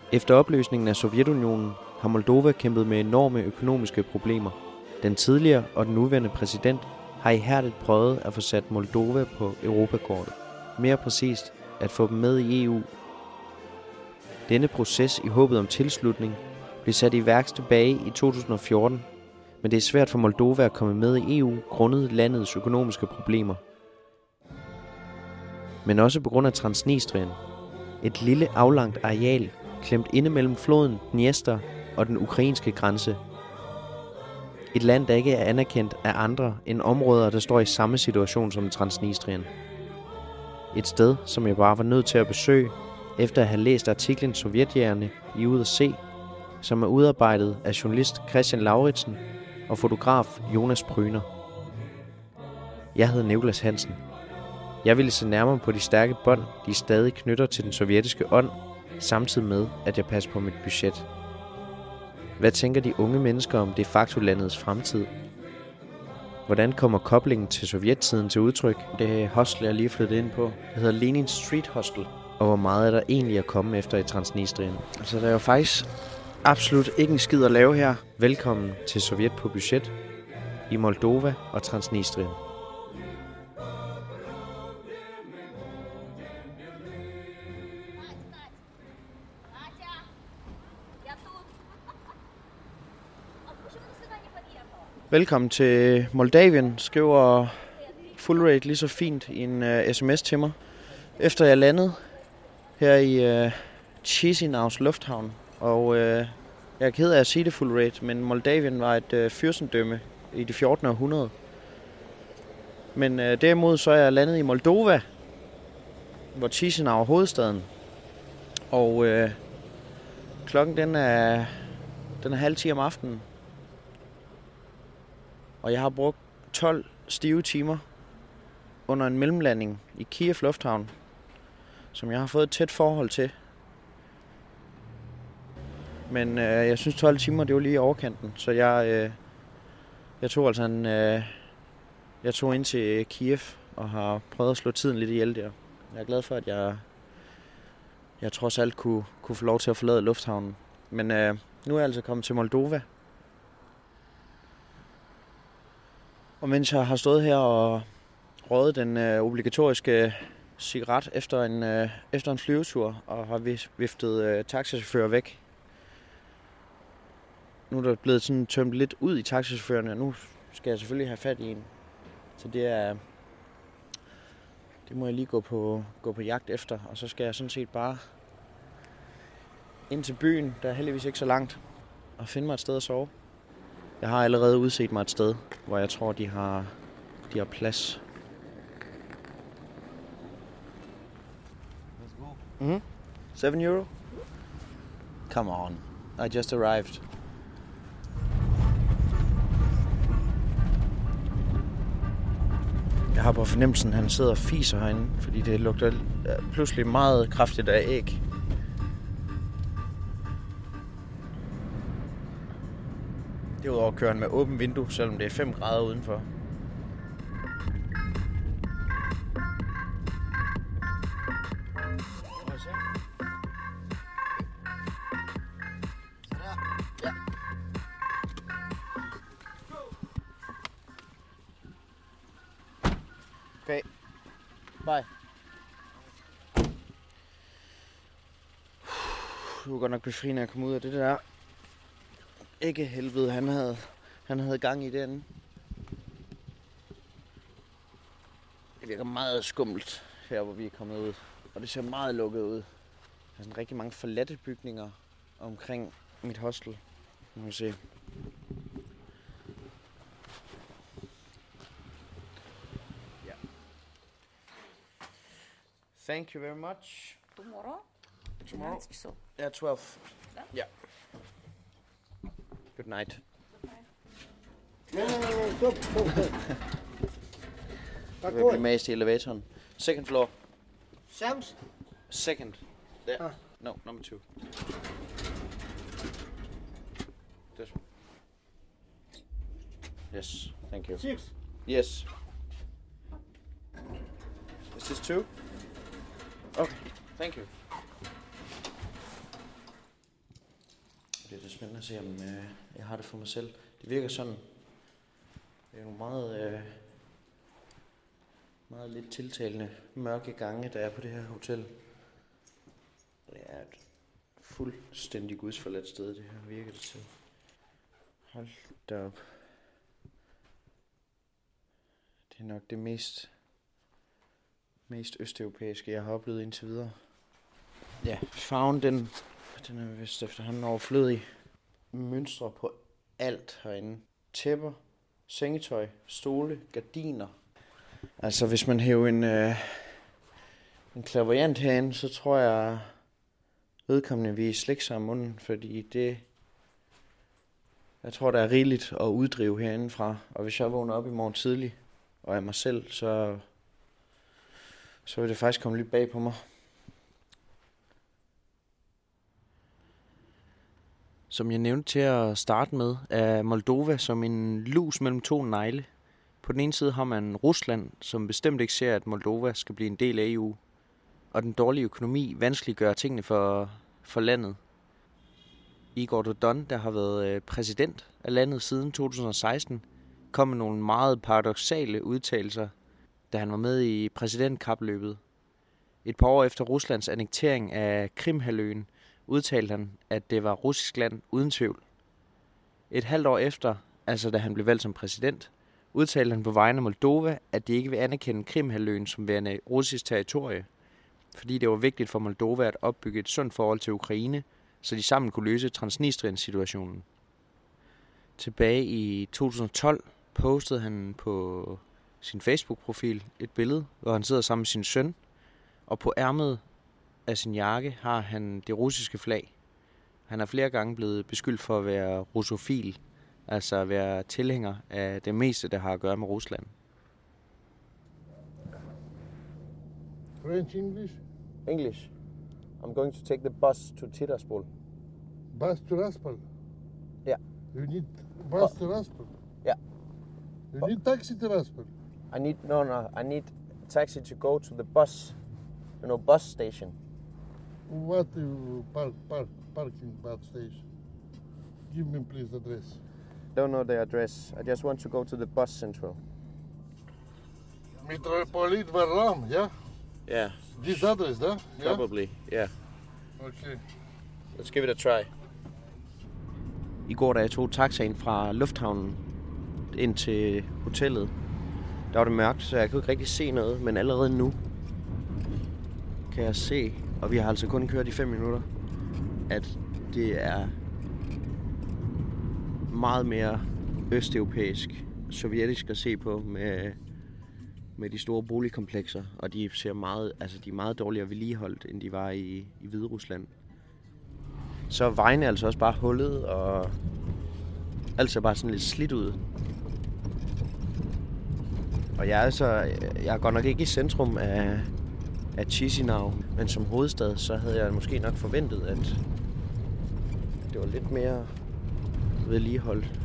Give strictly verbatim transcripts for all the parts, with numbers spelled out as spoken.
Efter opløsningen af Sovjetunionen har Moldova kæmpet med enorme økonomiske problemer. Den tidligere og den nuværende præsident har ihærdigt prøvet at få sat Moldova på Europakortet. Mere præcist, at få dem med i E U. Denne proces i håbet om tilslutning blev sat i værk tilbage i to tusind og fjorten, men det er svært for Moldova at komme med i E U grundet landets økonomiske problemer. Men også på grund af Transnistrien, et lille aflangt areal klemt inde mellem floden Dniester og den ukrainske grænse. Et land, der ikke er anerkendt af andre end områder, der står i samme situation som Transnistrien. Et sted, som jeg bare var nødt til at besøge, efter at have læst artiklen Sovjetjægerne i Ud at se, som er udarbejdet af journalist Christian Lauritsen og fotograf Jonas Bryner. Jeg hedder Nicolas Hansen. Jeg ville se nærmere på de stærke bånd, de stadig knytter til den sovjetiske ånd, samtidig med, at jeg passer på mit budget. Hvad tænker de unge mennesker om de facto landets fremtid? Hvordan kommer koblingen til sovjettiden til udtryk? Det hostel, jeg lige flyttet ind på, det hedder Lenin Street Hostel. Og hvor meget er der egentlig at komme efter i Transnistrien? Altså, der er jo faktisk absolut ikke en skid at lave her. Velkommen til Sovjet på budget i Moldova og Transnistrien. Velkommen til Moldavien, skriver Fullrate lige så fint i en uh, sms til mig. Efter jeg landede her i uh, Chisinau's lufthavn, og uh, jeg er ked af at sige det, Fullrate, men Moldavien var et uh, fyrstendømme i det fjortende århundrede. Men uh, derimod så er jeg landet i Moldova, hvor Chisinau er hovedstaden. Og uh, klokken den er, den er halv ti om aftenen. Og jeg har brugt tolv stive timer under en mellemlanding i Kiev Lufthavn, som jeg har fået et tæt forhold til. Men øh, jeg synes tolv timer, det var lige i overkanten, så jeg, øh, jeg tog altså en, øh, jeg tog ind til Kiev og har prøvet at slå tiden lidt ihjel der. Jeg er glad for, at jeg, jeg trods alt kunne, kunne få lov til at forlade lufthavnen. Men øh, nu er jeg altså kommet til Moldova. Og mens jeg har stået her og røget den øh, obligatoriske cigaret efter en, øh, efter en flyvetur, og har viftet øh, taxichauffører væk. Nu er der blevet sådan tømt lidt ud i taxichaufførerne, og nu skal jeg selvfølgelig have fat i en. Så det er, det må jeg lige gå på, gå på jagt efter, og så skal jeg sådan set bare ind til byen, der er heldigvis ikke så langt, og finde mig et sted at sove. Jeg har allerede udset mig et sted, hvor jeg tror, de har, de har plads. Mm-hmm. Seven euro? Come on. I just arrived. Jeg har på fornemmelsen, at han sidder og fiser herinde, fordi det lugter pludselig meget kraftigt af æg. Derudover kører han med åbent vindue, selvom det er fem grader udenfor. Ja. Okay. Bye. Du var godt nok befriende at komme ud af det der. Ikke helvede, han havde, han havde gang i den. Det virker meget skummelt her, hvor vi er kommet ud. Og det ser meget lukket ud. Der er sådan rigtig mange forladte bygninger omkring mit hostel. Nu må vi se. Ja. Thank you very much. Tomorrow? Tomorrow? Yeah, twelve. Yeah. Good night. No, no, no, stop, stop, stop. Jeg vil blive mast i elevatoren. Second floor. Sam's? Second. There. Ah. No, number two. This one. Yes, thank you. Six. Yes. Is this two? Okay, thank you. spændende at se, om øh, jeg har det for mig selv. Det virker sådan, det er nogle meget, øh, meget lidt tiltalende mørke gange, der er på det her hotel. Det er et fuldstændig gudsforladt sted, det her virker det til. Hold da op. Det er nok det mest, mest østeuropæiske, jeg har oplevet indtil videre. Ja, farven, den, den er vist efterhånden overflødig. Mønstre på alt herinde. Tæpper, sengetøj, stole, gardiner. Altså, hvis man hæver en, øh, en klaverjant herinde, så tror jeg, vedkommende vi slikker sig om munden, fordi det, jeg tror, der er rigeligt at uddrive herindefra. Og hvis jeg vågner op i morgen tidlig, og er mig selv, så, så vil det faktisk komme lidt bag på mig. Som jeg nævnte til at starte med, er Moldova som en lus mellem to negle. På den ene side har man Rusland, som bestemt ikke ser, at Moldova skal blive en del af E U. Og den dårlige økonomi vanskeliggør tingene for, for landet. Igor Dodon, der har været præsident af landet siden to tusind og seksten, kom med nogle meget paradoksale udtalelser, da han var med i præsidentkapløbet. Et par år efter Ruslands annektering af Krimhalvøen udtalte han, at det var russisk land uden tvivl. Et halvt år efter, altså da han blev valgt som præsident, udtalte han på vegne af Moldova, at de ikke vil anerkende Krimhalvøen som værende russisk territorie, fordi det var vigtigt for Moldova at opbygge et sundt forhold til Ukraine, så de sammen kunne løse Transnistrien-situationen. Tilbage i to tusind og tolv postede han på sin Facebook-profil et billede, hvor han sidder sammen med sin søn, og på ærmet af sin jakke har han det russiske flag. Han er flere gange blevet beskyldt for at være russofil, altså at være tilhænger af det meste, der har at gøre med Rusland. French, English? English. I'm going to take the bus to Tiraspol. Bus to Raspol? Yeah. You need bus to Raspol? Yeah. You need taxi to Raspol? I need, no, no, I need a taxi to go to the bus, you know, bus station. What you park, park, parking bus station? Give me please address. Don't know the address. I just want to go to the bus central. Metropolit Varlam, yeah? Yeah. This address, huh? Yeah? Probably, yeah. Okay. Let's give it a try. I går, da jeg tog taxaen fra lufthavnen ind til hotellet, der var det mørkt, så jeg kunne ikke rigtig se noget, men allerede nu kan jeg se, og vi har altså kun kørt i fem minutter, at det er meget mere østeuropæisk, sovjetisk at se på med, med de store boligkomplekser, og de ser meget, altså de er meget dårligere vedligeholdt, end de var i, i Hviderusland. Så er vejene altså også bare hullet, og alt ser bare sådan lidt slidt ud. Og jeg er altså, jeg er godt nok ikke i centrum af, af Chisinau, men som hovedstad, så havde jeg måske nok forventet, at det var lidt mere vedligeholdt.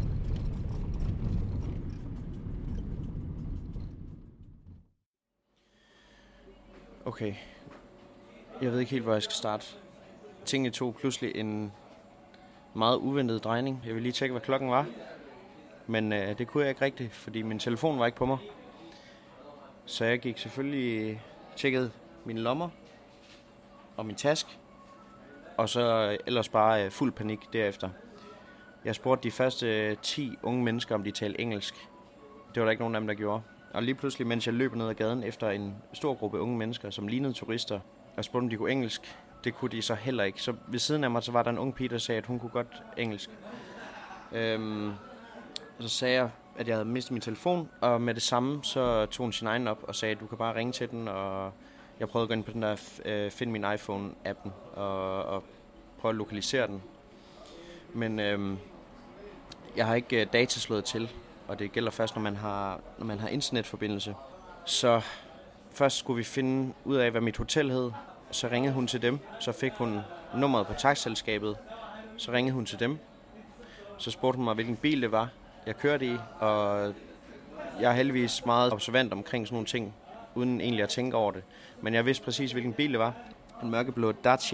Okay, jeg ved ikke helt, hvor jeg skal starte. Tingene tog pludselig en meget uventet drejning. Jeg vil lige tjekke, hvad klokken var. Men øh, det kunne jeg ikke rigtigt, fordi min telefon var ikke på mig. Så jeg gik selvfølgelig tjekkede mine lommer og min taske. Og så ellers bare øh, fuld panik derefter. Jeg spurgte de første ti unge mennesker, om de talte engelsk. Det var der ikke nogen af dem, der gjorde. Og lige pludselig, mens jeg løb ned ad gaden efter en stor gruppe unge mennesker, som lignede turister, og spurgte, om de kunne engelsk, det kunne de så heller ikke. Så ved siden af mig, så var der en ung pige, der sagde, at hun kunne godt engelsk. Øhm, og så sagde jeg, at jeg havde mistet min telefon, og med det samme, så tog hun sin egen op og sagde, at du kan bare ringe til den, og jeg prøvede at gå ind på den der, øh, finde min iPhone-appen, og, og prøve at lokalisere den. Men øhm, jeg har ikke data slået til, og det gælder først, når man har, når man har internetforbindelse. Så først skulle vi finde ud af, hvad mit hotel hed. Så ringede hun til dem. Så fik hun nummeret på taxaselskabet. Så ringede hun til dem. Så spurgte hun mig, hvilken bil det var, jeg kørte i. Og jeg er heldigvis meget observant omkring sådan nogle ting, uden egentlig at tænke over det. Men jeg vidste præcis, hvilken bil det var. En mørkeblå Dacia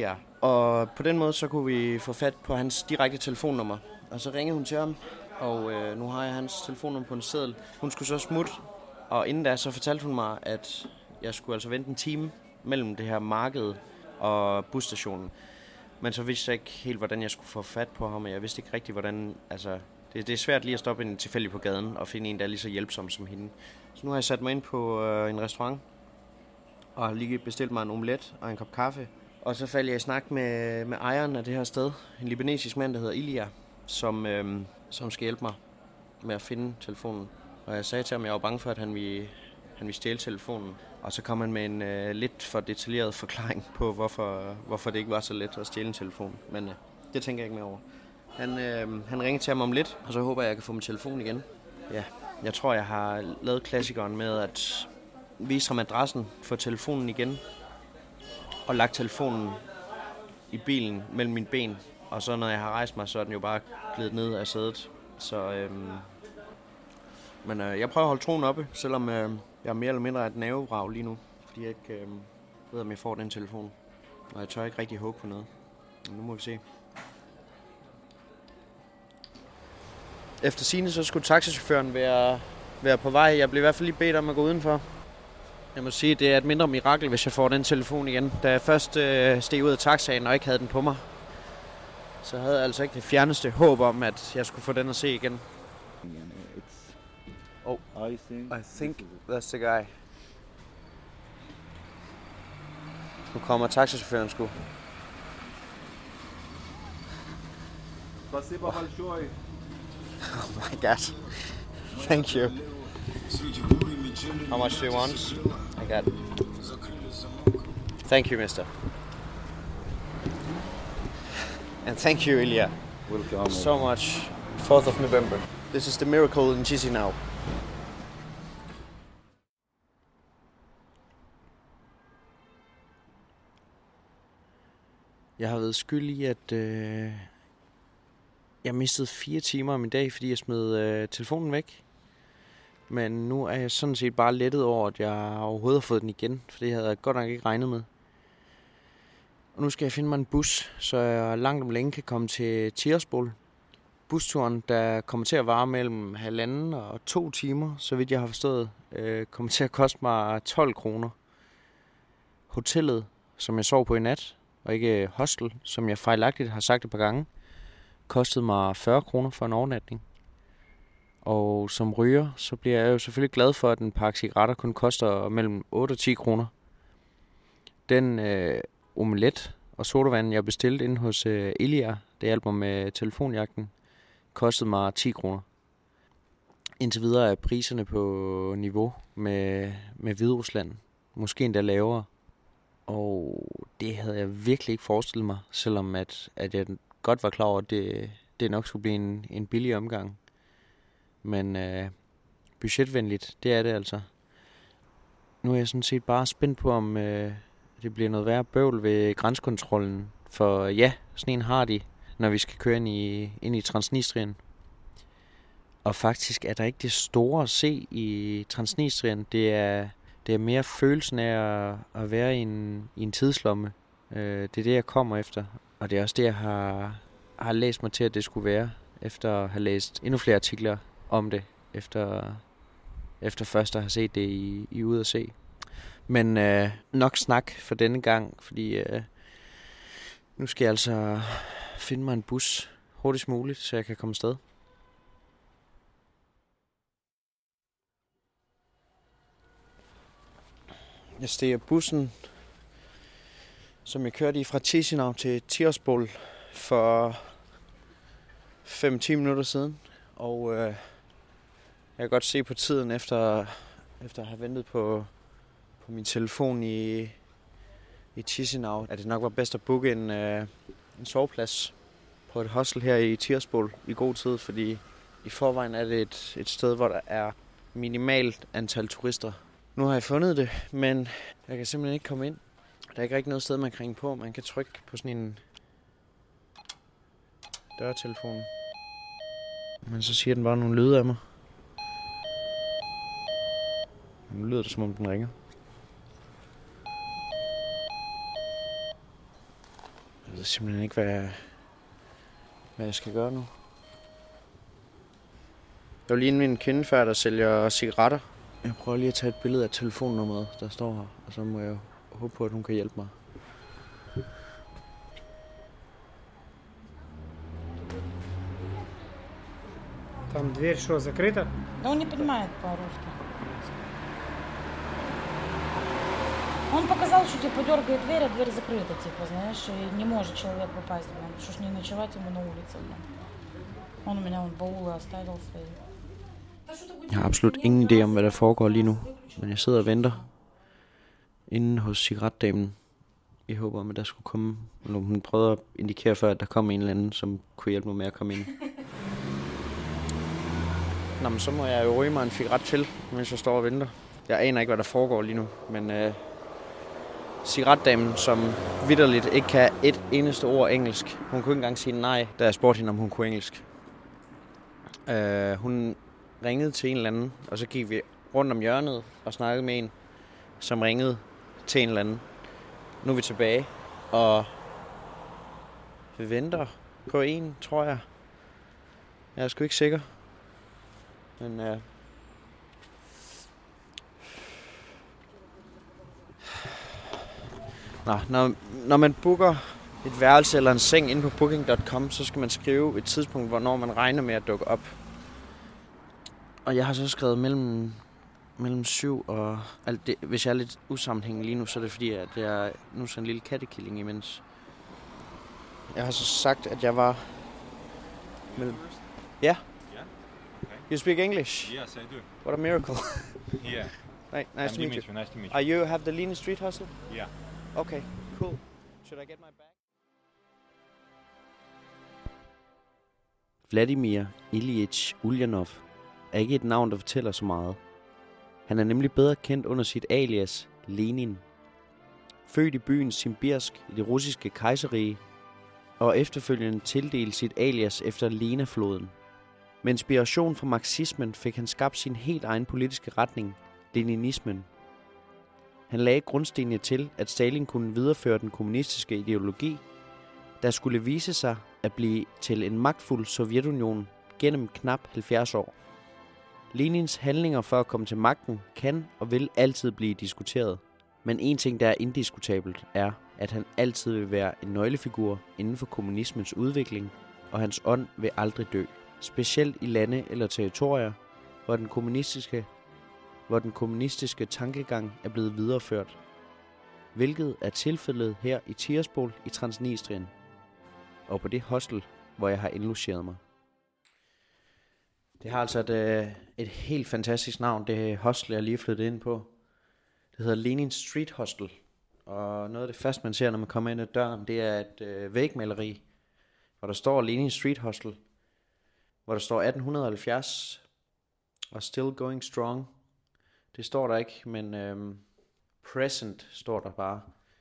Og på den måde, så kunne vi få fat på hans direkte telefonnummer. Og så ringede hun til ham, og øh, nu har jeg hans telefonnummer på en seddel. Hun skulle så smutte, og inden da, så fortalte hun mig, at jeg skulle altså vente en time mellem det her marked og busstationen. Men så vidste jeg ikke helt, hvordan jeg skulle få fat på ham, og jeg vidste ikke rigtig, hvordan... Altså, det, det er svært lige at stoppe en tilfældig på gaden og finde en, der er lige så hjælpsom som hende. Så nu har jeg sat mig ind på øh, en restaurant, og har lige bestilt mig en omelet og en kop kaffe. Og så faldt jeg i snak med, med ejeren af det her sted, en libanesisk mand, der hedder Ilya, som, øh, som skal hjælpe mig med at finde telefonen. Og jeg sagde til ham, at jeg var bange for, at han ville, han ville stjæle telefonen. Og så kom han med en øh, lidt for detaljeret forklaring på, hvorfor, hvorfor det ikke var så let at stjæle en telefon. Men øh, det tænker jeg ikke mere over. Han, øh, han ringede til ham om lidt, og så håber jeg, at jeg kan få min telefon igen. Ja, jeg tror, jeg har lavet klassikeren med at vise ham adressen, få telefonen igen, og lagt telefonen i bilen mellem mine ben. Og så når jeg har rejst mig, så er den jo bare glidet ned af sædet. Så, øhm, men øh, jeg prøver at holde troen oppe, selvom øh, jeg er mere eller mindre et nervevrag lige nu. Fordi jeg ikke øh, ved, om jeg får den telefon. Og jeg tør ikke rigtig håbe på noget. Men nu må vi se. Efter sigende, så skulle taxichaufføren være, være på vej. Jeg blev i hvert fald lige bedt om at gå udenfor. Jeg må sige, det er et mindre mirakel, hvis jeg får den telefon igen. Da jeg først øh, steg ud af taxaen og ikke havde den på mig, så havde jeg altså ikke det fjerneste håb om, at jeg skulle få den at se igen. Oh, I think, I think that's the guy. Nu kommer taxichaufføren sgu. Спасибо большое. Oh my god. Thank you. How much do you want? I got. Thank you, mister. And thank you, Ilya. Welcome. So much. fourth of November. This is the miracle in Chisinau. Jeg har været skyld i, at øh, jeg mistede fire timer om min dag, fordi jeg smed øh, telefonen væk. Men nu er jeg sådan set bare lettet over, at jeg overhovedet har fået den igen, for det havde jeg godt nok ikke regnet med. Og nu skal jeg finde mig en bus, så jeg langt om længe kan komme til Tiraspol. Busturen, der kommer til at vare mellem halvanden og to timer, så vidt jeg har forstået, øh, kommer til at koste mig tolv kroner. Hotellet, som jeg sov på i nat, og ikke hostel, som jeg fejlagtigt har sagt et par gange, kostede mig fyrre kroner for en overnatning. Og som ryger, så bliver jeg jo selvfølgelig glad for, at en pakke cigaretter kun koster mellem otte og ti kroner. Den øh, omelet og sodavand, jeg bestilte inde hos øh, Ilya, det hjalp mig med telefonjagten, kostede mig ti kroner. Indtil videre er priserne på niveau med, med Hviderusland, måske endda lavere. Og det havde jeg virkelig ikke forestillet mig, selvom at, at jeg godt var klar over, at det, det nok skulle blive en, en billig omgang. Men øh, budgetvenligt, det er det altså. Nu er jeg sådan set bare spændt på, om øh, det bliver noget værre bøvl ved grænsekontrollen. For ja, sådan en har de, når vi skal køre ind i, ind i Transnistrien. Og faktisk er der ikke det store at se i Transnistrien. Det er, det er mere følelsen af at, at være i en, i en tidslomme. Øh, det er det, jeg kommer efter. Og det er også det, jeg har, har læst mig til, at det skulle være. Efter at have læst endnu flere artikler om det, efter, efter først at have set det i, i Ud at Se. Men øh, nok snak for denne gang, fordi øh, nu skal jeg altså finde mig en bus hurtigst muligt, så jeg kan komme afsted. Jeg stiger bussen, som jeg kørte i fra Chisinau til Tiraspol for fem til ti minutter siden. Og øh, jeg kan godt se på tiden, efter, efter at have ventet på, på min telefon i, i Chisinau, at det nok var bedst at booke en, øh, en soveplads på et hostel her i Tiraspol i god tid, fordi i forvejen er det et, et sted, hvor der er minimalt antal turister. Nu har jeg fundet det, men jeg kan simpelthen ikke komme ind. Der er ikke rigtig noget sted, man kan ringe på. Man kan trykke på sådan en dørtelefon. Men så siger den bare nogle lyde af mig. Nu lyder det, som om den ringer. Jeg ved simpelthen ikke, hvad jeg, hvad jeg skal gøre nu. Jeg var lige inde ved en kvinde før, der sælger cigaretter. Jeg prøver lige at tage et billede af telefonnummeret, der står her. Og så må jeg håbe på, at hun kan hjælpe mig. Там дверь что, закрыта? Да он не понимает по-русски. Он показал, что типа дергает дверь, а дверь закрыта, типа, знаешь, и не может человек попасть, блин. Что ж не ночевать ему на улице, блин. Он у меня вон баулы оставил свои. Jeg har absolut ingen idé om, hvad der foregår lige nu. Men jeg sidder og venter inde hos cigaretdamen. I håber om, at der skulle komme... Hun prøvede at indikere før, at der kom en eller anden, som kunne hjælpe mig med at komme ind. Nå, men så må jeg jo ryge mig en cigaret til, mens jeg står og venter. Jeg aner ikke, hvad der foregår lige nu, men øh, cigaretdamen, som vitterligt ikke kan et eneste ord engelsk. Hun kunne ikke engang sige nej, da jeg spurgte hende, om hun kunne engelsk. Øh, hun ringede til en eller anden, og så gik vi rundt om hjørnet og snakkede med en, som ringede til en eller anden. Nu er vi tilbage, og vi venter på en, tror jeg. Jeg er sgu ikke sikker. Men øh, Nå, når, når man booker et værelse eller en seng inde på booking punktum com, så skal man skrive et tidspunkt, hvornår man regner med at dukke op. Og jeg har så skrevet mellem, mellem syv og... Altså det, hvis jeg er lidt usammenhængende lige nu, så er det fordi, at jeg nu sådan en lille kattekilling imens. Jeg har så sagt, at jeg var... Mellem... Ja. You speak English? Yes, I do. What a miracle. Yeah. Right, nice to meet you. Nice to meet you. Are you have the Lean Street Hustle? Yeah. Okay, cool. Should I get my bag? Vladimir Ilyich Ulyanov er ikke et navn, der fortæller så meget. Han er nemlig bedre kendt under sit alias Lenin. Født i byen Simbirsk i det russiske kejserrige, og efterfølgende tildelt sit alias efter Lena-floden. Med inspiration fra marxismen fik han skabt sin helt egen politiske retning, leninismen. Han lagde grundstenene til, at Stalin kunne videreføre den kommunistiske ideologi, der skulle vise sig at blive til en magtfuld Sovjetunion gennem knap halvfjerds år. Lenins handlinger for at komme til magten kan og vil altid blive diskuteret. Men en ting, der er indiskutabelt, er, at han altid vil være en nøglefigur inden for kommunismens udvikling, og hans ånd vil aldrig dø. Specielt i lande eller territorier, hvor den kommunistiske, hvor den kommunistiske tankegang er blevet videreført. Hvilket er tilfældet her i Tiraspol i Transnistrien, og på det hostel, hvor jeg har indlogeret mig. Det har altså et, et helt fantastisk navn, det hostel, jeg lige er flyttet ind på. Det hedder Lenin Street Hostel, og noget af det første, man ser, når man kommer ind ad døren, det er et øh, vægmaleri, hvor der står Lenin Street Hostel, hvor der står atten halvfjerds og still going strong. Det står der ikke, men øhm, present står der bare.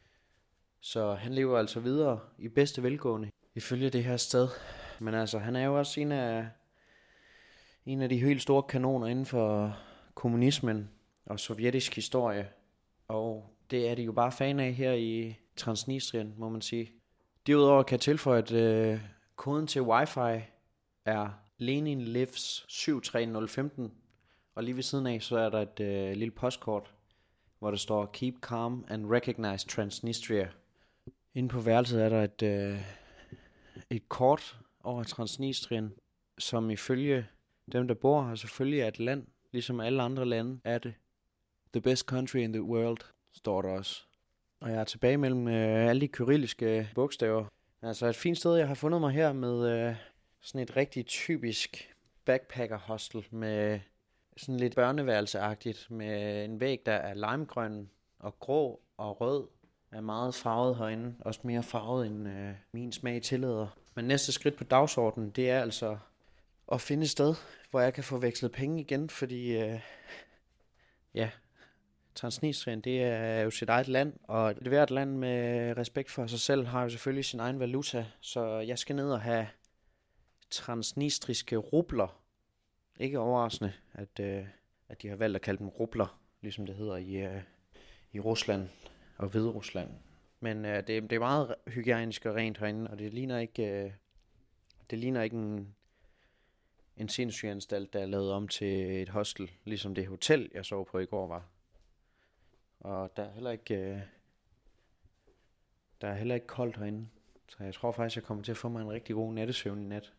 Så han lever altså videre i bedste velgående ifølge det her sted. Men altså, han er jo også en af, en af de helt store kanoner inden for kommunismen og sovjetisk historie. Og det er de jo bare fan af her i Transnistrien, må man sige. Derudover kan jeg tilføje, at øh, koden til wifi er Lenin Lives syv tre nul et fem, og lige ved siden af, så er der et øh, lille postkort, hvor der står Keep calm and recognize Transnistria. Inde på værelset er der et, øh, et kort over Transnistrien, som ifølge dem, der bor her, selvfølgelig er et land, ligesom alle andre lande er det. The best country in the world, står der også. Og jeg er tilbage mellem øh, alle de kyrilliske bogstaver. Altså et fint sted, jeg har fundet mig her med... Øh, Sådan et rigtig typisk backpacker hostel med sådan lidt børneværelseagtigt, med en væg, der er limegrøn og grå og rød, er meget farvet herinde. Også mere farvet end øh, min smag tillader. Men næste skridt på dagsordenen, det er altså at finde et sted, hvor jeg kan få vekslet penge igen, fordi øh, ja, Transnistrien, det er jo sit eget land, og et hvert land med respekt for sig selv har jo selvfølgelig sin egen valuta, så jeg skal ned og have transnistriske rubler. Ikke overraskende, at, øh, at de har valgt at kalde dem rubler, ligesom det hedder i, øh, i Rusland og Hviderusland. Men øh, det, det er meget hygiejnisk og rent herinde, og det ligner ikke, øh, det ligner ikke en, en sindssygeanstalt, der er lavet om til et hostel, ligesom det hotel, jeg sov på i går var. Og der er heller ikke, øh, der er heller ikke koldt herinde, så jeg tror faktisk, jeg kommer til at få mig en rigtig god nattesøvn i nat.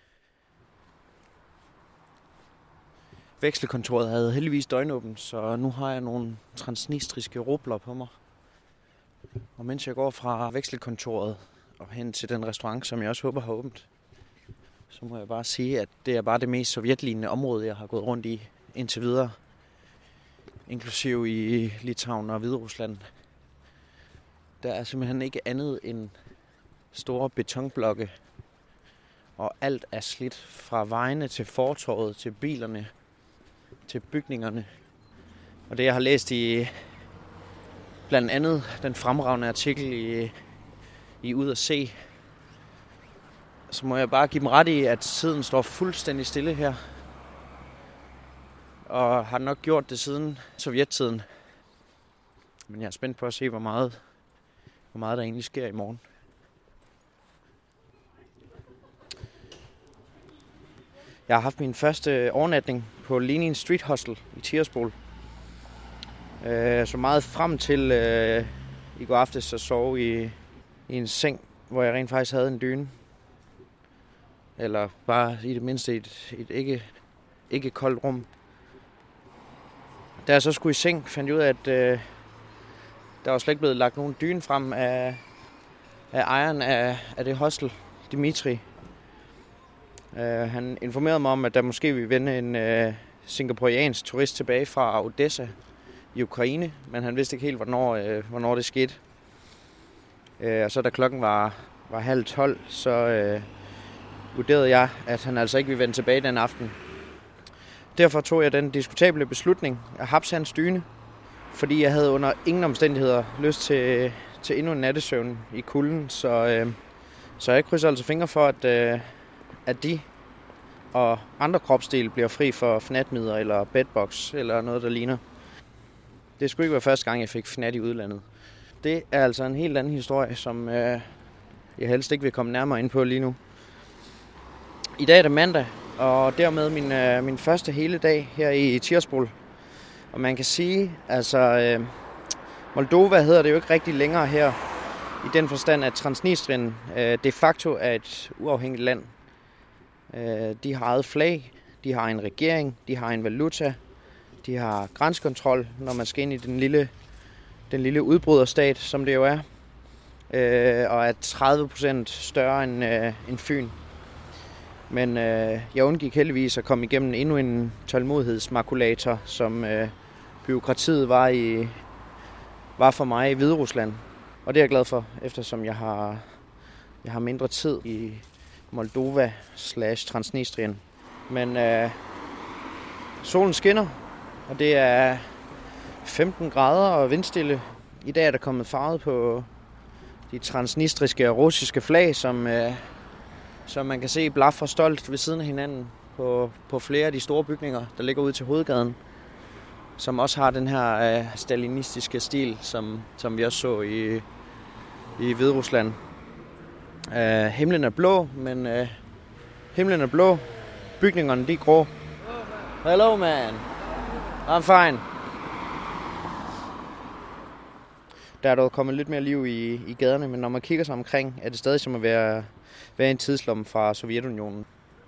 Vekselkontoret havde heldigvis døgnåbent, så nu har jeg nogle transnistriske rubler på mig. Og mens jeg går fra vekselkontoret og hen til den restaurant, som jeg også håber har åbent, så må jeg bare sige, at det er bare det mest sovjetlignende område, jeg har gået rundt i indtil videre. Inklusive i Litauen og Hviderusland. Der er simpelthen ikke andet end store betonblokke. Og alt er slidt fra vejene til fortovet, til bilerne, til bygningerne. Og det jeg har læst i blandt andet den fremragende artikel i, i Ud at Se, så må jeg bare give dem ret i, at tiden står fuldstændig stille her. Og har nok gjort det siden sovjettiden. Men jeg er spændt på at se, hvor meget, hvor meget der egentlig sker i morgen. Jeg har haft min første overnatning på Lenin Street Hostel i Tiraspol. Så meget frem til øh, i går aftes at sove i, i en seng, hvor jeg rent faktisk havde en dyne. Eller bare i det mindste et, et ikke, ikke koldt rum. Da jeg så skulle i seng, fandt jeg ud af, at øh, der var slet ikke blevet lagt nogen dyne frem af, af ejeren af, af det hostel, Dimitri. Uh, han informerede mig om, at der måske ville vende en uh, singaporeansk turist tilbage fra Odessa i Ukraine, men han vidste ikke helt, hvornår, uh, hvornår det skete. Uh, og så da klokken var, var halv tolv, så uh, vurderede jeg, at han altså ikke ville vende tilbage den aften. Derfor tog jeg den diskutable beslutning at hapse hans dyne, fordi jeg havde under ingen omstændigheder lyst til, til endnu en nattesøvn i kulden. Så, uh, så jeg krydser altså fingre for, at, uh, at de og andre kropsdele bliver fri for fnatmider eller bedbox eller noget, der ligner. Det skulle ikke være første gang, jeg fik fnat i udlandet. Det er altså en helt anden historie, som øh, jeg helst ikke vil komme nærmere ind på lige nu. I dag er det mandag, og dermed min, øh, min første hele dag her i Tiraspol. Og man kan sige, altså øh, Moldova hedder det jo ikke rigtig længere her, i den forstand, at Transnistrien øh, de facto er et uafhængigt land. De har eget flag, de har en regering, de har en valuta, de har grænsekontrol, når man skal ind i den lille, den lille udbryderstat, som det jo er, og er tredive procent større end, end Fyn. Men jeg undgik heldigvis at komme igennem endnu en tålmodighedsmakulator, som bureaukratiet var, i, var for mig i Hviderusland. Og det er jeg glad for, eftersom jeg har, jeg har mindre tid i Moldova slash Transnistrien. Men øh, solen skinner, og det er femten grader og vindstille. I dag er der kommet farvet på de transnistriske og russiske flag, som, øh, som man kan se blaffer stolt ved siden af hinanden på, på flere af de store bygninger, der ligger ud til hovedgaden, som også har den her øh, stalinistiske stil, som, som vi også så i, i Hviderusland. Uh, himlen er blå, men uh, himlen er blå. Bygningerne, de er grå. Hello, man. I'm fine. Der er dog kommet lidt mere liv i, i gaderne, men når man kigger sig omkring, er det stadig som at være, være en tidslomme fra Sovjetunionen.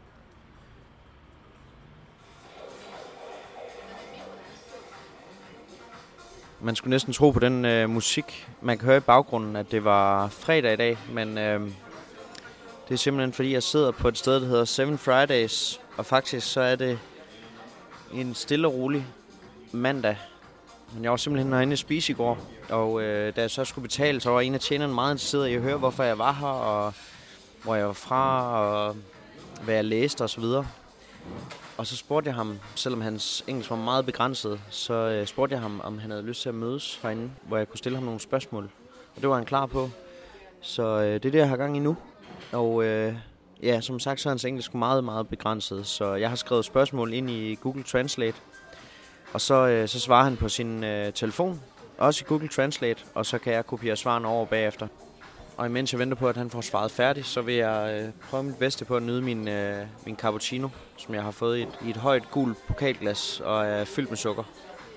Man skulle næsten tro på den øh, musik, man kan høre i baggrunden, at det var fredag i dag, men øh, det er simpelthen fordi, jeg sidder på et sted, der hedder Seven Fridays, og faktisk så er det en stille og rolig mandag. Men jeg var simpelthen herinde at spise i går, og øh, da jeg så skulle betale, så var en af tjenerne meget interesseret i at høre, hvorfor jeg var her, og hvor jeg var fra, og hvad jeg læste osv. Og så spurgte jeg ham, selvom hans engelsk var meget begrænset, så øh, spurgte jeg ham, om han havde lyst til at mødes herinde, hvor jeg kunne stille ham nogle spørgsmål. Og det var han klar på. Så øh, det er det, jeg har gang i nu. Og øh, ja, som sagt, så er hans engelsk meget, meget begrænset. Så jeg har skrevet spørgsmål ind i Google Translate. Og så, øh, så svarer han på sin øh, telefon. Også i Google Translate, og så kan jeg kopiere svarene over bagefter. Og imens jeg venter på, at han får svaret færdigt, så vil jeg øh, prøve mit bedste på at nyde min, øh, min cappuccino, som jeg har fået i et, i et højt gult pokalglas og er fyldt med sukker.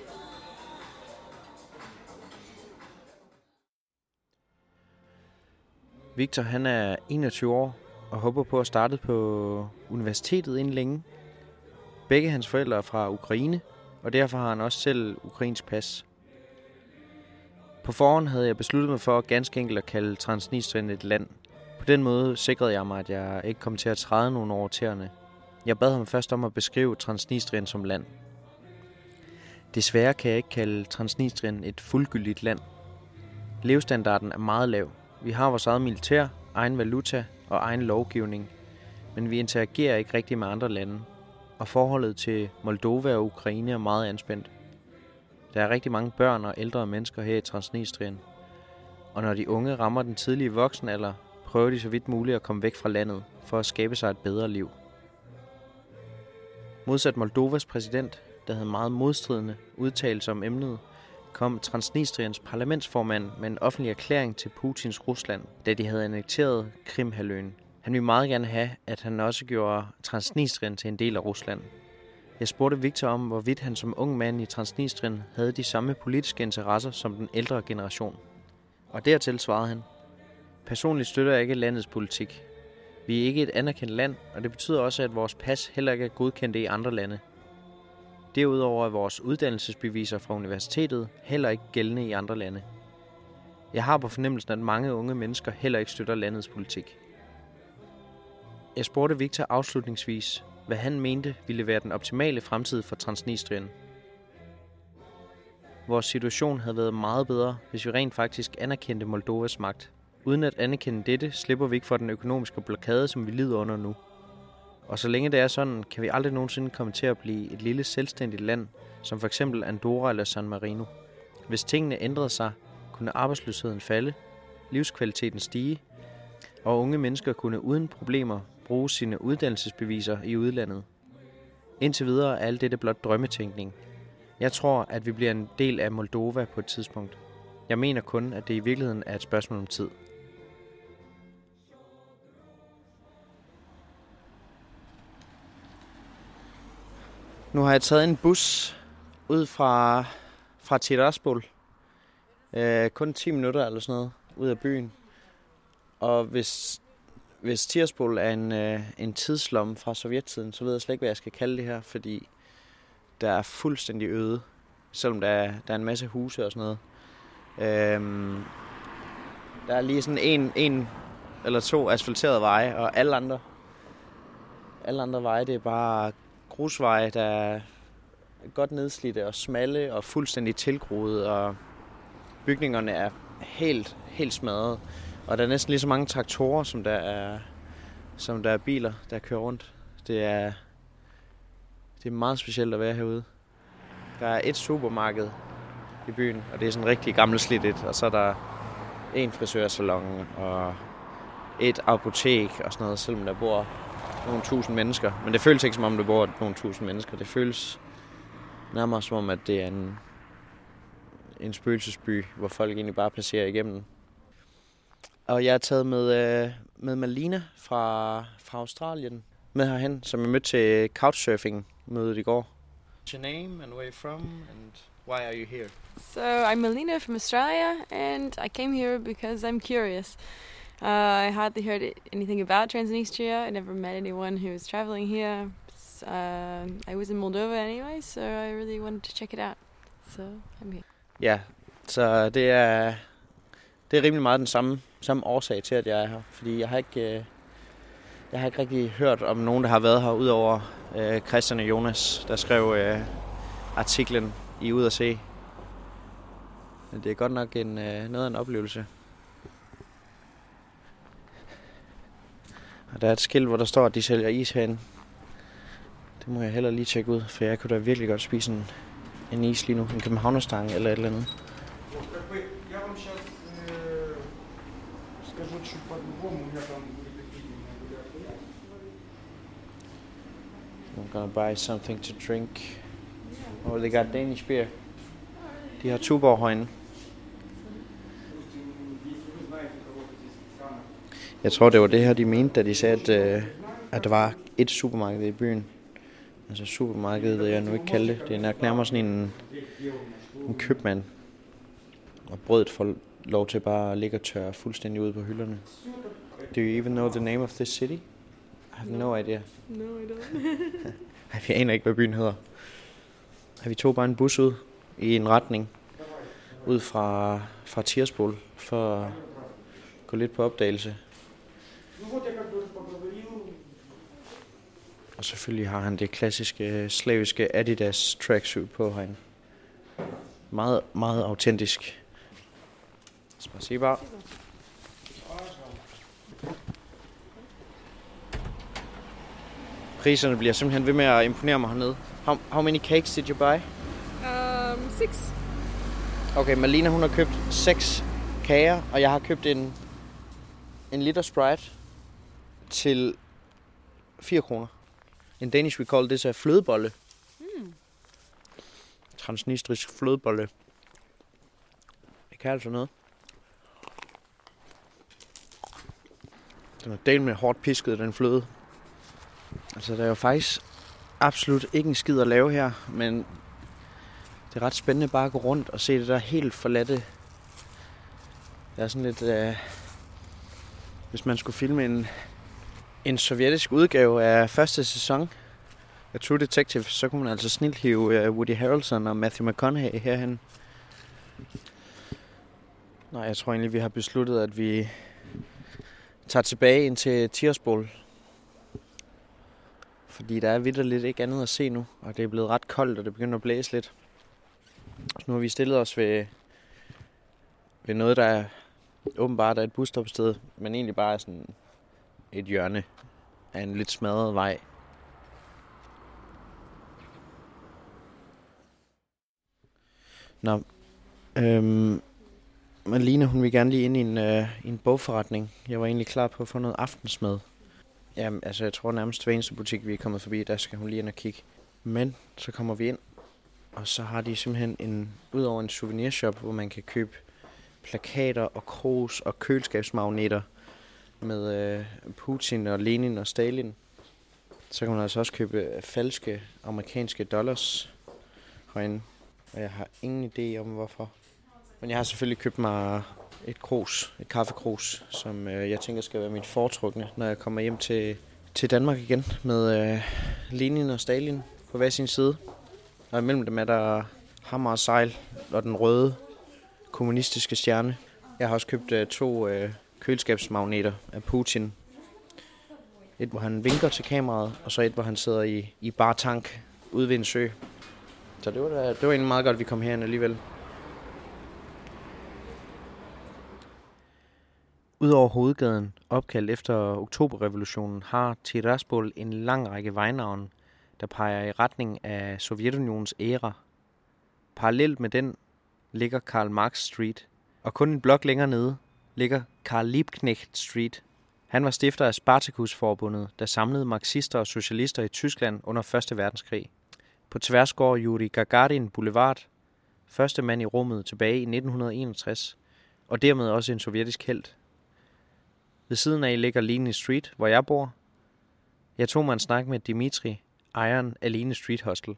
Victor, han er enogtyve år og håber på at starte på universitetet inden længe. Begge hans forældre er fra Ukraine, og derfor har han også selv ukrainsk pas. På forhånd havde jeg besluttet mig for ganske enkelt at kalde Transnistrien et land. På den måde sikrede jeg mig, at jeg ikke kom til at træde nogen over tæerne. Jeg bad ham først om at beskrive Transnistrien som land. Desværre kan jeg ikke kalde Transnistrien et fuldgyldigt land. Levestandarden er meget lav. Vi har vores eget militær, egen valuta og egen lovgivning, men vi interagerer ikke rigtig med andre lande, og forholdet til Moldova og Ukraine er meget anspændt. Der er rigtig mange børn og ældre mennesker her i Transnistrien, og når de unge rammer den tidlige voksenalder, prøver de så vidt muligt at komme væk fra landet for at skabe sig et bedre liv. Modsat Moldovas præsident, der havde meget modstridende udtalelser om emnet, kom Transnistriens parlamentsformand med en offentlig erklæring til Putins Rusland, da de havde annekteret Krimhalvøen. Han ville meget gerne have, at han også gjorde Transnistrien til en del af Rusland. Jeg spurgte Victor om, hvorvidt han som ung mand i Transnistrien havde de samme politiske interesser som den ældre generation. Og dertil svarede han: personligt støtter jeg ikke landets politik. Vi er ikke et anerkendt land, og det betyder også, at vores pas heller ikke er godkendte i andre lande. Derudover er vores uddannelsesbeviser fra universitetet heller ikke gældende i andre lande. Jeg har på fornemmelsen, at mange unge mennesker heller ikke støtter landets politik. Jeg spurgte Victor afslutningsvis, hvad han mente ville være den optimale fremtid for Transnistrien. Vores situation havde været meget bedre, hvis vi rent faktisk anerkendte Moldovas magt. Uden at anerkende dette, slipper vi ikke for den økonomiske blokade, som vi lider under nu. Og så længe det er sådan, kan vi aldrig nogensinde komme til at blive et lille selvstændigt land, som for eksempel Andorra eller San Marino. Hvis tingene ændrede sig, kunne arbejdsløsheden falde, livskvaliteten stige, og unge mennesker kunne uden problemer bruge sine uddannelsesbeviser i udlandet. Indtil videre er alt dette blot drømmetænkning. Jeg tror, at vi bliver en del af Moldova på et tidspunkt. Jeg mener kun, at det i virkeligheden er et spørgsmål om tid. Nu har jeg taget en bus ud fra, fra Tiraspol. Øh, kun ti minutter eller sådan noget ud af byen. Og hvis, hvis Tiraspol er en, øh, en tidslomme fra sovjettiden, så ved jeg slet ikke, hvad jeg skal kalde det her, fordi der er fuldstændig øde, selvom der er, der er en masse huse og sådan noget. Øhm, der er lige sådan en, en eller to asfalterede veje, og alle andre, alle andre veje, det er bare grusveje, der er godt nedslidte og smalle og fuldstændig tilgroede, og bygningerne er helt, helt smadret. Og der er næsten lige så mange traktorer, som der er, som der er biler, der kører rundt. Det er, det er meget specielt at være herude. Der er et supermarked i byen, og det er sådan rigtig gammelt slidt et, og så er der en frisørsalon og et apotek og sådan noget, selvom der bor nogle tusind mennesker. Men det føles ikke som om, der bor nogle tusind mennesker. Det føles nærmere som om, at det er en, en spøgelsesby, hvor folk egentlig bare passerer igennem. Og jeg er taget med, med Malina fra, fra Australien med herhen, som jeg mødte til couchsurfing-mødet i går. What's your name and where are you from and why are you here? So I'm Melina from Australia and I came here because I'm curious. Uh, I hardly heard anything about Transnistria. I never met anyone who was traveling here. Uh, I was in Moldova anyway, so I really wanted to check it out. So I'm here. Ja, så det er, det er rimelig meget den samme, samme årsag til, at jeg er her. Fordi jeg har ikke, jeg har ikke rigtig hørt om nogen, der har været her, udover øh, Christian og Jonas, der skrev øh, artiklen i Ud at Se. Men det er godt nok en, øh, noget af en oplevelse. Og der er et skilt, hvor der står, at de sælger is herinde. Det må jeg heller lige tjekke ud, for jeg kunne da virkelig godt spise en, en is lige nu. En københavnerstang eller et eller andet. I'm gonna buy something to drink. Oh, they got Danish beer. De har Tuborg herinde. Jeg tror, det var det her, de mente, da de sagde, at, øh, at der var et supermarked i byen. Altså supermarkedet, vil jeg nu ikke kalde det. Det er nok nærmere sådan en, en købmand. Og brødet får lov til bare at ligge og tørre fuldstændig ude på hylderne. Do you even know the name of this city? I have no idea. No, I don't. Ej, vi aner ikke, hvad byen hedder. Vi tog bare en bus ud i en retning. Ud fra, fra Tiraspol for at gå lidt på opdagelse. Og selvfølgelig har han det klassiske slaviske Adidas tracksuit på herinde. Meget, meget autentisk. Spasiba. Priserne bliver simpelthen ved med at imponere mig hernede. How, how many cakes did you buy? Um, six. Okay, Malina hun har købt seks kager, og jeg har købt en, en liter Sprite til fire kroner. In Danish we call this a flødebolle. Mm. Transnistrisk flødebolle. Det kan altså noget. Den er del med hårdt pisket, den fløde. Altså, der er jo faktisk absolut ikke en skid at lave her, men det er ret spændende bare at gå rundt og se det der helt forladte. Der er sådan lidt... Øh, hvis man skulle filme en, en sovjetisk udgave af første sæson af True Detective, så kunne man altså snilt hive Woody Harrelson og Matthew McConaughey herhen. Nej, jeg tror egentlig, vi har besluttet, at vi tager tilbage ind til Tiraspol. Fordi der er vitterligt ikke andet at se nu, og det er blevet ret koldt, og det begynder at blæse lidt. Så nu har vi stillet os ved, ved noget, der er åbenbart er et busstopsted, men egentlig bare er sådan et hjørne af en lidt smadret vej. Nå, øhm, Malina, hun vil gerne lige ind i en, øh, i en bogforretning. Jeg var egentlig klar på at få noget aftensmad. Jamen, altså jeg tror nærmest hver eneste butik, vi er kommet forbi, der skal hun lige ind og kigge. Men så kommer vi ind, og så har de simpelthen en, udover en souvenirshop, hvor man kan købe plakater og krus og køleskabsmagneter med øh, Putin og Lenin og Stalin. Så kan man altså også købe falske amerikanske dollars herinde. Og jeg har ingen idé om hvorfor. Men jeg har selvfølgelig købt mig et krus, et kaffekrus, som øh, jeg tænker skal være mit foretrukne, når jeg kommer hjem til, til Danmark igen med øh, Lenin og Stalin på hver sin side. Og imellem dem er der hammer og sejl og den røde kommunistiske stjerne. Jeg har også købt øh, to øh, køleskabsmagneter af Putin. Et, hvor han vinker til kameraet, og så et, hvor han sidder i, i bar tank ude ved en sø. Så det var, da, det var egentlig meget godt, at vi kom herind alligevel. Udover hovedgaden, opkaldt efter oktoberrevolutionen, har Tiraspol en lang række vejnavne, der peger i retning af Sovjetunionens æra. Parallelt med den ligger Karl Marx Street, og kun en blok længere nede ligger Karl Liebknecht Street. Han var stifter af Spartakusforbundet, der samlede marxister og socialister i Tyskland under første verdenskrig. På tværs går Yuri Gagarin Boulevard, første mand i rummet tilbage i nitten enogtres, og dermed også en sovjetisk helt. Ved siden af ligger Lenin Street, hvor jeg bor. Jeg tog mig en snak med Dimitri, ejeren af Lenin Street Hostel.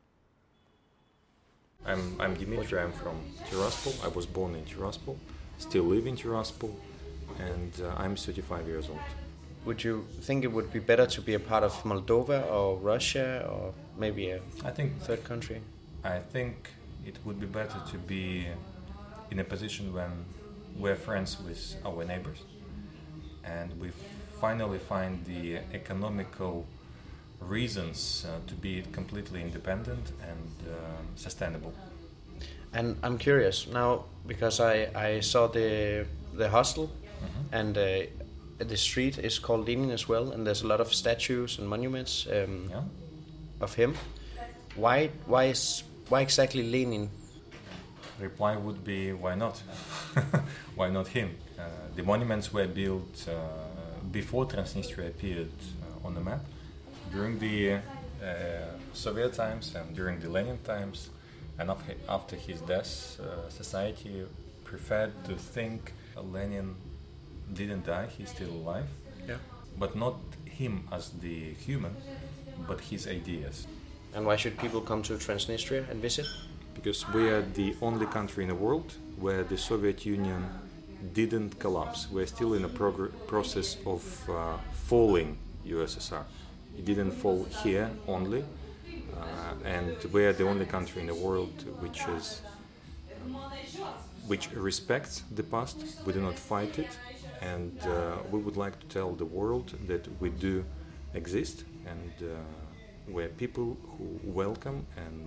I'm, I'm Dimitri, I'm from Tiraspol. I was born in Tiraspol, still live in Tiraspol, and uh, I'm thirty-five years old. Would you think it would be better to be a part of Moldova or Russia or maybe a I think, third country? I think it would be better to be in a position when we're friends with our neighbors and we finally find the economical reasons uh, to be completely independent and um, sustainable. And I'm curious now because I, I saw the the hostel mm-hmm. and uh, the street is called Lenin as well, and there's a lot of statues and monuments um, Yeah. of him. Why why is why exactly Lenin? Reply would be, why not? Why not him? Uh, the monuments were built uh, before Transnistria appeared uh, on the map. During the uh, Soviet times and during the Lenin times, and af- after his death, uh, society preferred to think Lenin didn't die, he's still alive. Yeah. But not him as the human, but his ideas. And why should people come to Transnistria and visit? Because we are the only country in the world where the Soviet Union didn't collapse. We're still in a progr- process of uh, falling U S S R. It didn't fall here only, uh, and we are the only country in the world which is which respects the past. We do not fight it, and uh, we would like to tell the world that we do exist, and uh, we're people who welcome, and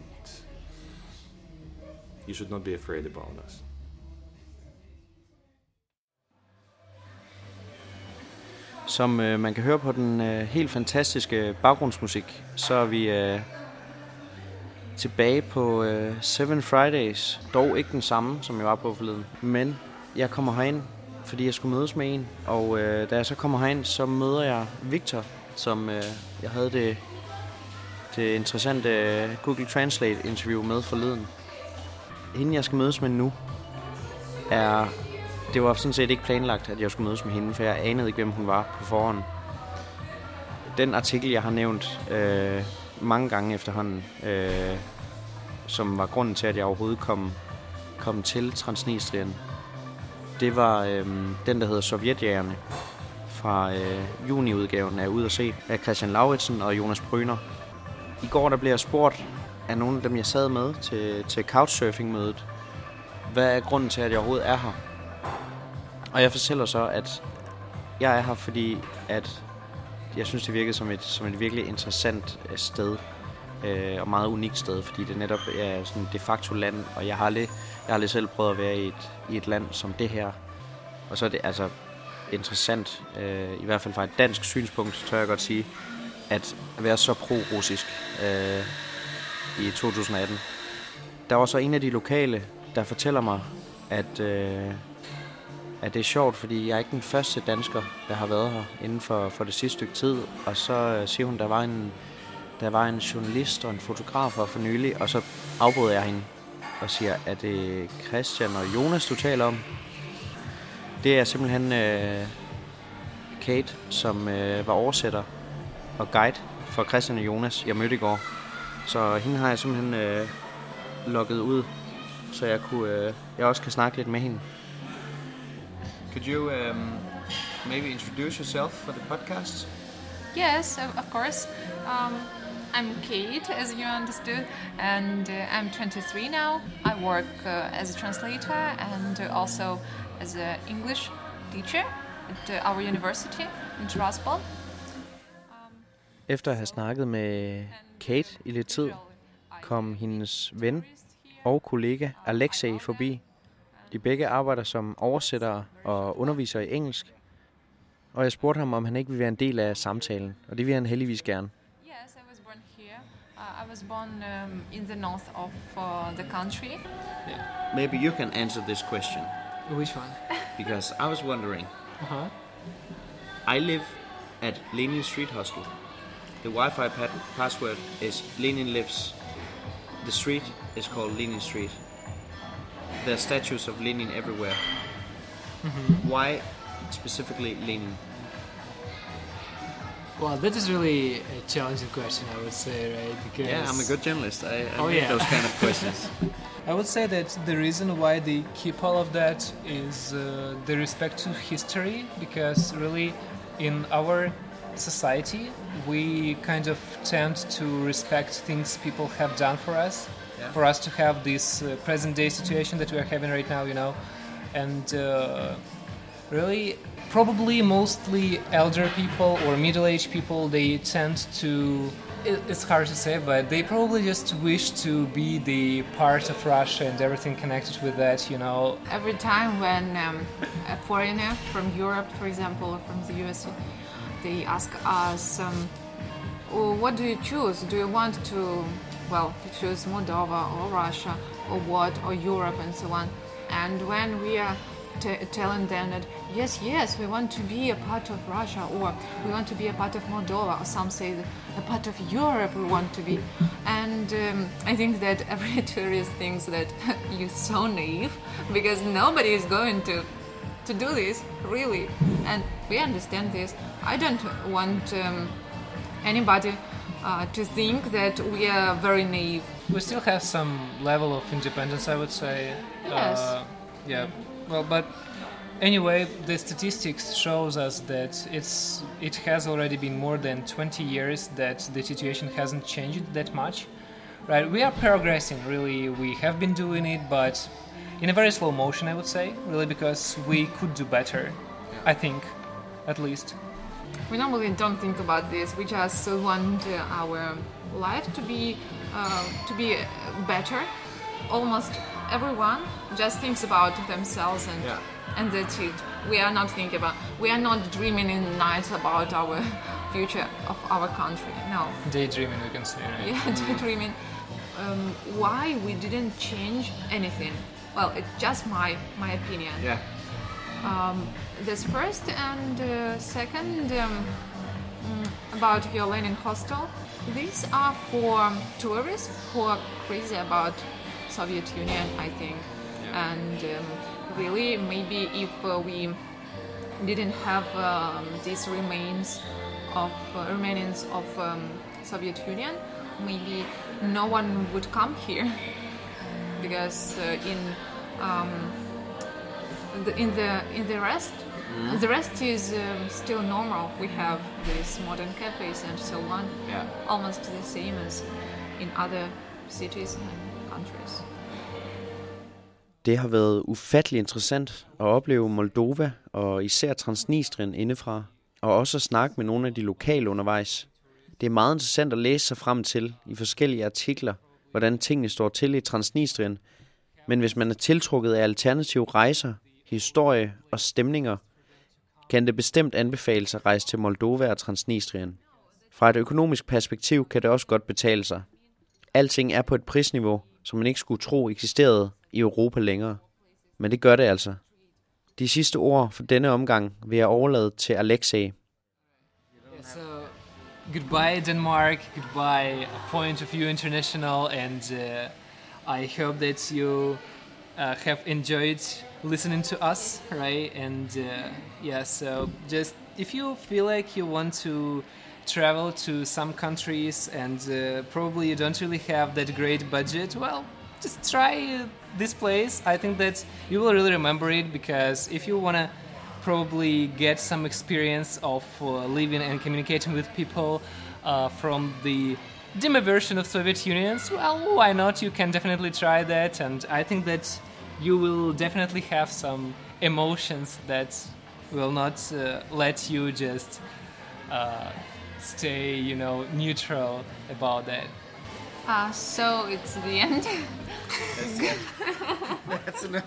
you should not be afraid about us. Som øh, man kan høre på den øh, helt fantastiske baggrundsmusik, så er vi øh, tilbage på øh, Seven Fridays. Dog ikke den samme, som jeg var på forleden. Men jeg kommer herind, fordi jeg skulle mødes med en. Og øh, da jeg så kommer herind, så møder jeg Victor, som øh, jeg havde det, det interessante øh, Google Translate interview med forleden. Hende jeg skal mødes med nu, er... Det var sådan set ikke planlagt, at jeg skulle mødes med hende, for jeg anede ikke, hvem hun var på forhånd. Den artikel, jeg har nævnt øh, mange gange efterhånden, øh, som var grunden til, at jeg overhovedet kom, kom til Transnistrien, det var øh, den, der hedder Sovjetjægerne, fra øh, juniudgaven af Ud at se, af Christian Lauritsen og Jonas Bryner. I går der blev jeg spurgt af nogle af dem, jeg sad med til, til Couchsurfing-mødet, hvad er grunden til, at jeg overhovedet er her? Og jeg fortæller så, at jeg er her, fordi at jeg synes, det virkede som et, som et virkelig interessant sted. Øh, og meget unikt sted, fordi det netop er sådan de facto land. Og jeg har aldrig, jeg har aldrig selv prøvet at være i et, i et land som det her. Og så er det altså interessant, øh, i hvert fald fra et dansk synspunkt, tør jeg godt sige, at være så pro-russisk øh, i to tusind atten. Der var så en af de lokale, der fortæller mig, at... Øh, at det er sjovt, fordi jeg er ikke den første dansker, der har været her inden for, for det sidste stykke tid. Og så øh, siger hun, der var en der var en journalist og en fotograf for nylig, og så afbryder jeg hende og siger, at det er Christian og Jonas, du taler om. Det er simpelthen øh, Kate, som øh, var oversætter og guide for Christian og Jonas, jeg mødte i går. Så hende har jeg simpelthen øh, logget ud, så jeg, kunne, øh, jeg også kan snakke lidt med hende. Could you um, maybe introduce yourself for the podcast? Yes, of course. Um, I'm Kate, as you understood, and uh, I'm twenty-three now. I work uh, as a translator and uh, also as an English teacher at uh, our university in Tiraspol. Um, Efter at have snakket med Kate i lidt tid, kom hendes ven og kollega Alexei forbi. De begge arbejder som oversættere og underviser i engelsk. Og jeg spurgte ham, om han ikke ville være en del af samtalen. Og det vil han heldigvis gerne. Yes, I was born here. Uh, I was born um, in the north of uh, the country. Yeah. Maybe you can answer this question. Which one? Because I was wondering. Uh-huh. I live at Lenin Street Hostel. The Wi-Fi pat- password is Lenin lives. The street is called Lenin Street. There are statues of Lenin everywhere. Mm-hmm. Why specifically Lenin? Well, that is really a challenging question, I would say, right? Because Yeah, I'm a good journalist. I, I Oh, make yeah. those kind of questions. I would say that the reason why they keep all of that is uh, the respect to history, because really in our society we kind of tend to respect things people have done for us. Yeah. For us to have this uh, present day situation that we are having right now, you know, and uh, really probably mostly elder people or middle-aged people, they tend to, it, it's hard to say, but they probably just wish to be the part of Russia and everything connected with that, you know. Every time when um, a foreigner from Europe, for example, or from the U S, they ask us, um, oh, what do you choose? Do you want to, well, to choose Moldova or Russia or what, or Europe and so on? And when we are t- telling them that, yes, yes, we want to be a part of Russia, or we want to be a part of Moldova, or some say that a part of Europe we want to be. And um, I think that every tourist thinks that you're so naive, because nobody is going to to do this, really. And we understand this. I don't want um, anybody uh, to think that we are very naive. We still have some level of independence, I would say. Yes. Uh, yeah. Well, but anyway, the statistics shows us that it's it has already been more than twenty years that the situation hasn't changed that much. Right? We are progressing, really. We have been doing it, but in a very slow motion, I would say, really, because we could do better, I think, at least. We normally don't think about this. We just want uh, our life to be uh, to be better. Almost everyone just thinks about themselves, and Yeah. and that's it. We are not thinking about. We are not dreaming in the night about our future of our country. No. Daydreaming, we can say, right? Yeah, daydreaming. Um, why we didn't change anything? Well, it's just my my opinion. Yeah. Um, this first and uh, second um, mm, about your Lenin hostel. These are for tourists who are crazy about Soviet Union, I think. And um, really, maybe if uh, we didn't have um, these remains of uh, remains of um, Soviet Union, maybe no one would come here, because uh, in um, the, in the in the rest, mm. the rest is um, still normal. We have these modern cafes and so on, Yeah. almost the same as in other cities and countries. Det har været ufattelig interessant at opleve Moldova og især Transnistrien indefra, og også at snakke med nogle af de lokale undervejs. Det er meget interessant at læse sig frem til i forskellige artikler, hvordan tingene står til i Transnistrien. Men hvis man er tiltrukket af alternative rejser, historie og stemninger, kan det bestemt anbefales at rejse til Moldova og Transnistrien. Fra et økonomisk perspektiv kan det også godt betale sig. Alting er på et prisniveau, som man ikke skulle tro eksisterede i Europa længere. Men det gør det altså. De sidste ord for denne omgang vil jeg overlade til Alexei. So, goodbye Denmark, goodbye Point of View International, and uh, I hope that you uh, have enjoyed listening to us, right? And uh, yeah, so just if you feel like you want to travel to some countries and uh, probably you don't really have that great budget, well, just try this place. I think that you will really remember it, because if you want to probably get some experience of uh, living and communicating with people uh, from the dimmer version of Soviet Union, well, why not? You can definitely try that, and I think that you will definitely have some emotions that will not uh, let you just uh, stay, you know, neutral about that. Uh, so it's the end. That's enough.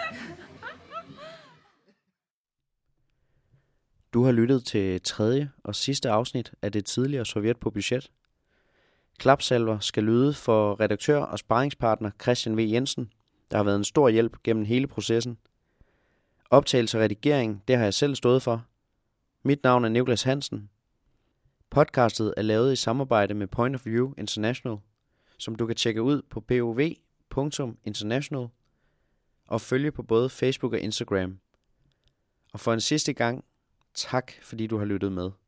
Du har lyttet til tredje og sidste afsnit af det tidligere Sovjet på budget. Klapsalver skal lyde for redaktør og sparringspartner Christian V. Jensen, der har været en stor hjælp gennem hele processen. Optagelse og redigering, det har jeg selv stået for. Mit navn er Niklas Hansen. Podcastet er lavet i samarbejde med Point of View International, som du kan tjekke ud på p o v punktum international og følge på både Facebook og Instagram. Og for en sidste gang, tak fordi du har lyttet med.